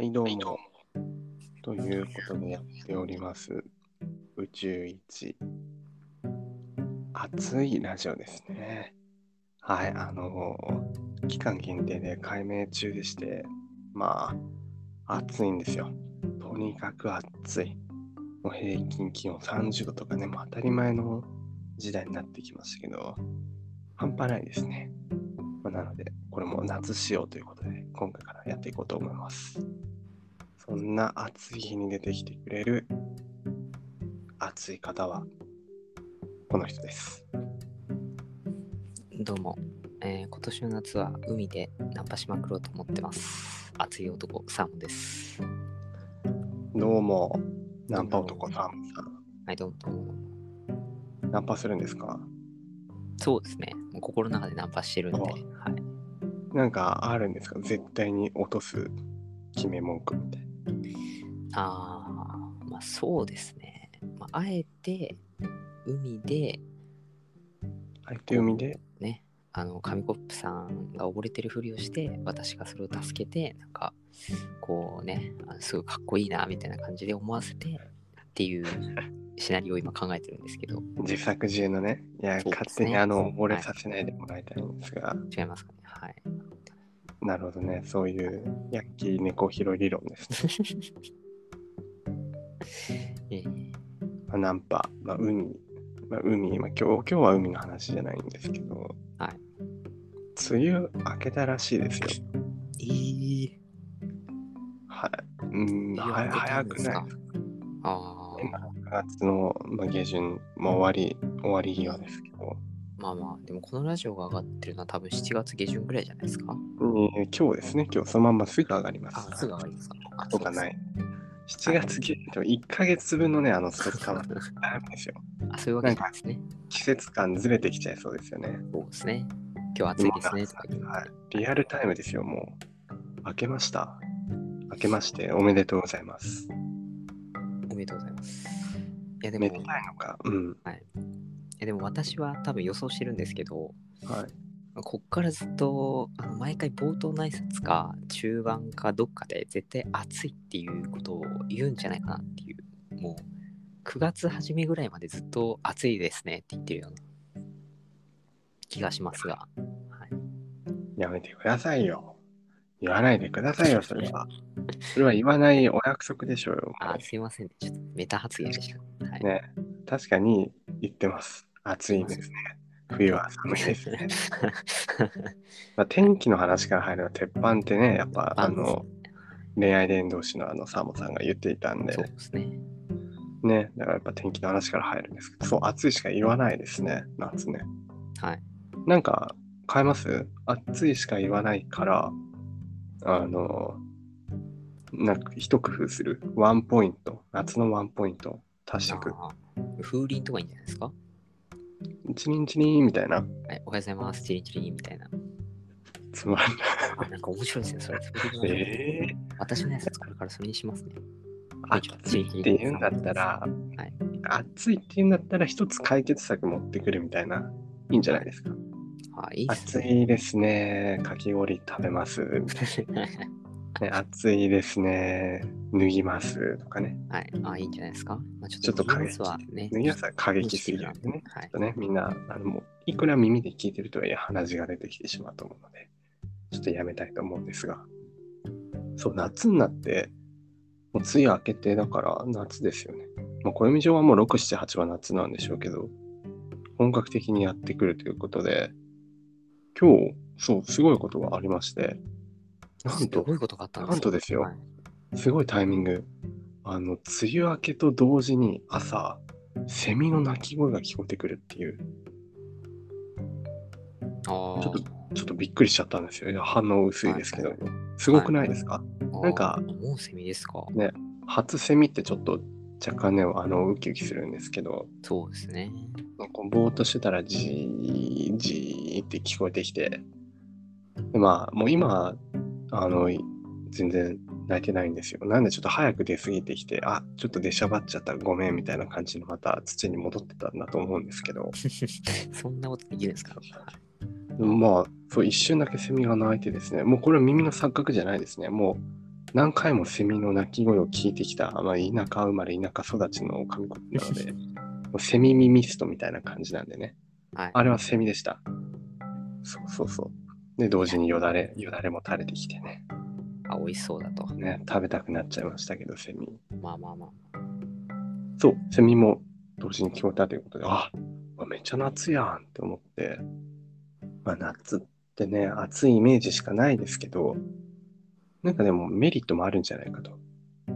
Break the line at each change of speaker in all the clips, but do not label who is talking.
はいどうもということでやっております宇宙一熱いラジオですね。はい、期間限定で改名中でして、まあ暑いんですよ。とにかく暑い。もう平均気温30度とかね、もう当たり前の時代になってきましたけど、半端ないですね。なのでこれも夏仕様ということで今回からやっていこうと思います。そんな暑い日に出てきてくれる暑い方はこの人です。
どうも、今年の夏は海でナンパしまくろうと思ってます。熱い男サーモンです。
どうも、ナンパ男サーモンさん。
はい、どうも。
ナンパするんですか？
そうですね。もう心の中でナンパしてるんで、はい。
なんかあるんですか？絶対に落とす決め文句みたいな。
まあそうですね。あえて海で、ね、紙コップさんが溺れてるふりをして、私がそれを助けて、なんか、こうね、すごいかっこいいな、みたいな感じで思わせてっていうシナリオを今考えてるんですけど。
自作自演のね。いや、勝手に溺れさせないでもらいたいんですが。
違いますかね。はい。
なるほどね。そういうヤンキー猫拾い理論ですね。ナンパ、海、今日は海の話じゃないんですけど、
はい。
梅雨明けたらしいですよ。はい。早くないですか？今9月の、下旬、終わり際ですけど。
でもこのラジオが上がってるのは多分7月下旬ぐらいじゃないですか？
今日ですね。今日そのまんますぐ上がります。
すぐ上がりますか？
とかない。7月下旬、1ヶ月分のね、ストックはダメですよ。
そういうわけなんですね。
季節感ずれてきちゃいそうですよね。
そうですね。今日暑いですねとか言って。
リアルタイムですよ、もう。明けました。明けましておめでとうございます。
おめでとうございます。いやでも、
めでたいのか。
はい。でも私は多分予想してるんですけど、
はい。
こっからずっと毎回冒頭の挨拶か中盤かどっかで絶対暑いっていうことを言うんじゃないかなっていう、もう9月初めぐらいまでずっと暑いですねって言ってるような気がしますが、はい、
やめてくださいよ。言わないでくださいよ、それは。それは言わないお約束でしょうよ。
すいませんね。ちょっとメタ発言でした。はい、
ね、確かに言ってます。暑いですね。冬は寒いですね。天気の話から入れば鉄板ってね、やっぱ恋愛伝道師のサーモンさんが言っていたんで。
そうですね。
ね、だからやっぱ天気の話から入るんですけど、そう、暑いしか言わないですね、夏ね。
はい。
なんか変えます？暑いしか言わないから、なんか一工夫する。ワンポイント。夏のワンポイント足していく。
風鈴とかいいんじゃないですか？
チリンチリンみたいな。はい、
おはようございます。チリンチリンみたいな。
つまんない。
なんか面白いですね、それ。私のやつこれからそれにしますね。
暑いって言うんだったら、暑いって言うんだったら一つ解決策持ってくるみたいな。いいんじゃないですか？暑いですね。かき氷食べます。みたいな。ね、暑いですね。脱ぎますとかね。
いいんじゃないですか？
ちょっと過激。脱ぎますは過激すぎるんでね。ちょっとね、みんな、もういくら耳で聞いてるとはいえ鼻血が出てきてしまうと思うので、ちょっとやめたいと思うんですが。そう、夏になって、もう梅雨明けてだから夏ですよね。暦上はもう6、7、8は夏なんでしょうけど、本格的にやってくるということで、今日、そう、すごいことがありまして、なんとですよ、すごいタイミング。梅雨明けと同時に朝、セミの鳴き声が聞こえてくるっていう。ちょっとびっくりしちゃったんですよ。反応薄いですけど。すごくないですか？なんか、
もうセミですか？
ね、初セミってちょっと若干ね、ウキウキするんですけど、
そうですね。
ぼーっとしてたらジージーって聞こえてきて、でもう今、全然泣いてないんですよ。なんでちょっと早く出過ぎてきて、ちょっと出しゃばっちゃったごめんみたいな感じのまた土に戻ってたんだと思うんですけど。
そんなことできるんですか？
そう、一瞬だけセミが鳴いてですね、もうこれは耳の錯覚じゃないですね。も何回もセミの鳴き声を聞いてきた、まあ、田舎生まれ田舎育ちの神子なので、もうセミミミストみたいな感じなんでね。
はい。
あれはセミでした。そうそうそう。で、同時によだれも垂れてきてね。
美味しそうだと。
ね、食べたくなっちゃいましたけど、セミ。
まあまあまあ。
そう、セミも同時に聞こえたということで、めっちゃ夏やんって思って、まあ夏ってね、暑いイメージしかないですけど、なんかでもメリットもあるんじゃないかと。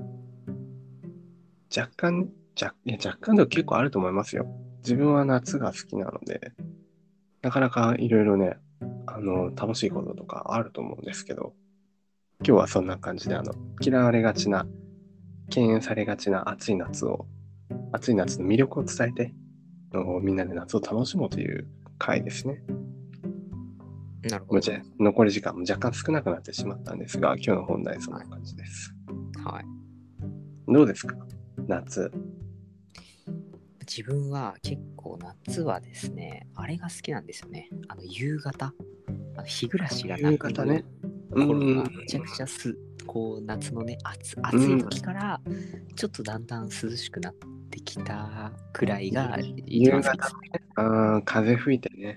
若干でも結構あると思いますよ。自分は夏が好きなので、なかなかいろいろね、楽しいこととかあると思うんですけど、今日はそんな感じで、嫌われがちな、敬遠されがちな暑い夏の魅力を伝えて、みんなで夏を楽しもうという回ですね。
なるほど。
残り時間も若干少なくなってしまったんですが、今日の本題そんな感じです。
はい。
どうですか、夏。
自分は結構夏はですね、あれが好きなんですよね。夕方、日暮らしがなく
夕方ね。
頃がめちゃくちゃこう夏のね、暑い時からちょっとだんだん涼しくなってきたくらいが一番好きです。
風吹いてね。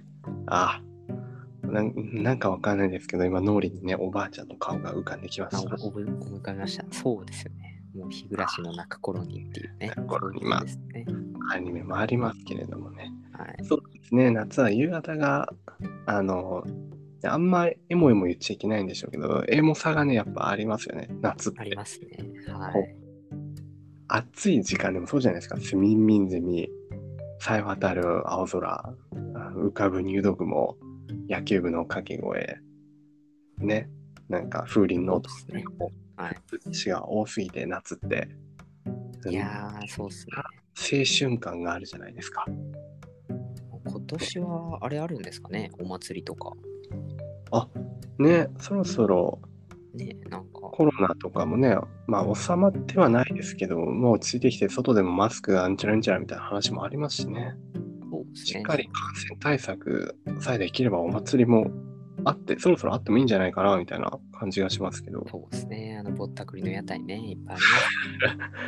なんかわかんないですけど、今脳裏にね、おばあちゃんの顔が浮かんできました。
思い浮かびました。そうですよね。もう日暮らしの泣く頃にっていうね。
頃に
ですね。
アニメもありますけれどもね。
はい。
そうですね、夏は夕方が、あんまエモエモ言っちゃいけないんでしょうけど、エモさがね、やっぱありますよね、夏って。
ありますね。はい。
暑い時間でもそうじゃないですか。ミンミンゼミ、さえ渡る青空、浮かぶ入道雲、野球部の掛け声、ね、なんか風鈴の音
ですね。はい。
詩が多すぎて夏って。
いやー、そうっすね。
青春感があるじゃないですか。
今年はあれあるんですかね、お祭りとか。
ね、そろそろ
ね、なんか。
コロナとかもね、収まってはないですけど、もう落ち着いてきて、外でもマスクがんちゃらんちゃらみたいな話もありますしね。
そうですね。
しっかり感染対策さえできればお祭りもあって、そろそろあってもいいんじゃないかなみたいな感じがしますけど。
そうですね。ぼったくりの屋台ね、いっぱいあります。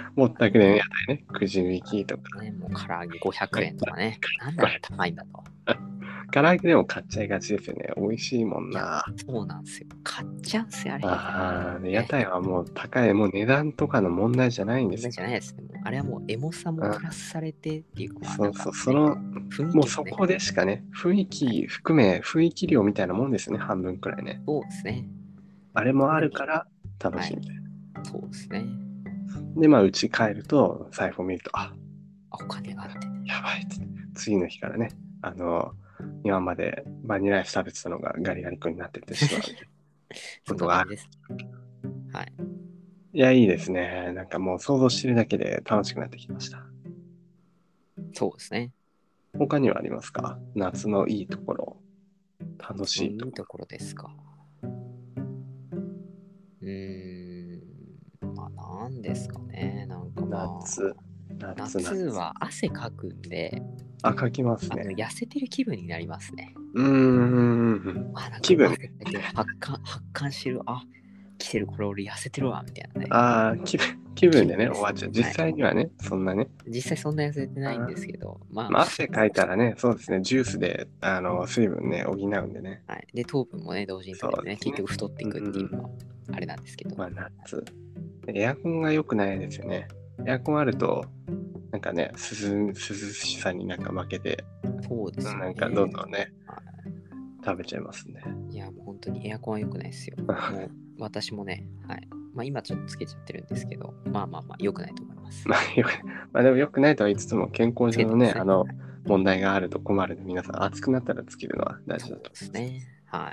ぼったくりの屋台ね、くじ引きとか。
ね、もう唐揚げ500円とかね。なんで高いんだと。
唐揚げでも買っちゃいがちですよね。美味しいもんな。
そうなんですよ。買っちゃうんすよ、あれ。
屋台はもう高い、もう値段とかの問題じゃないんですよ。
問題じゃないですね。あれはもうエモさもプラスされてっていうか、
そう、もうそこでしかね、雰囲気含め、雰囲気量みたいなもんですよね、半分くらいね。
そうですね。
あれもあるから楽しいみたいな。
そうですね。
で、うち帰ると、財布を見ると、
お金があってね。
やばいって。次の日からね、今までバニラアイス食べてたのがガリガリ君になってってしまうことがある。
はい。
いや、いいですね。なんかもう想像してるだけで楽しくなってきました。
そうですね。
他にはありますか？夏のいいところ。楽しい
ところですか。なんですかね。なんか夏は汗かくんで、
かきますね。
痩せてる気分になりますね。
気分
発汗してる。来てる、これ俺痩せてるわ、みたいなね。
気分でね、終わっちゃう。実際にはね、そんなね。
実際そんな痩せてないんですけど、
汗かいたらね、そうですね、ジュースで水分ね、補うんでね。
はい。で、糖分もね、同時に取れてね、結局太っていくっていうのはあれなんですけど。
夏。エアコンが良くないですよね。エアコンあると、なんかね、涼しさになんか負けて、
そうですね。
なんかどんどんね、食べちゃいますね。
いや、もう本当にエアコンは良くないですよ。もう私もね、はい。今ちょっとつけちゃってるんですけど、良くないと思います。
でも良くないとは言いつつも、健康上のね、問題があると困るので、皆さん暑くなったらつけるのは大事だと思います。
そうですね。はい。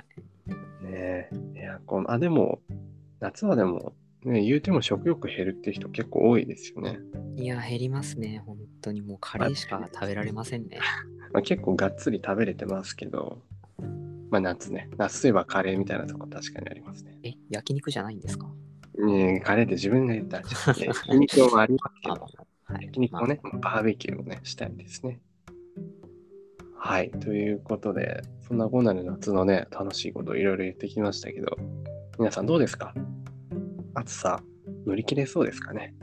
ねエアコン。でも、夏はでも、ね、言うても食欲減るっていう人結構多いですよね。
いや、減りますね。本当にもうカレーしか食べられませんね。
結構がっつり食べれてますけど、夏ね。夏といえばカレーみたいなとこ確かにありますね。
焼肉じゃないんですか？
カレーって自分が言ったらちょっとね、焼肉もありますけど、焼肉もね、バーベキューをね、したいですね。はい。ということで、そんなこんなで夏のね、楽しいことをいろいろ言ってきましたけど、皆さんどうですか？ 暑さ乗り切れそうですかね。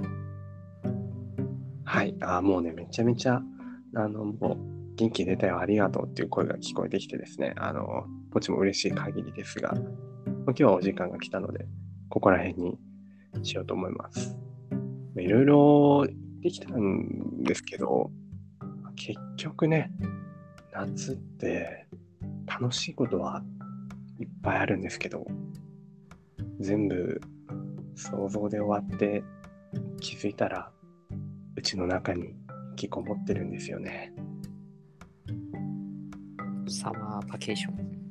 はい。もうね、めちゃめちゃ、もう、元気出たよ、ありがとうっていう声が聞こえてきてですね、こっちも嬉しい限りですが、今日はお時間が来たので、ここら辺にしようと思います。いろいろ言ってきたんですけど、結局ね、夏って楽しいことはいっぱいあるんですけど、全部想像で終わって気づいたらうちの中に引きこもってるんですよね。
サマーバケーション。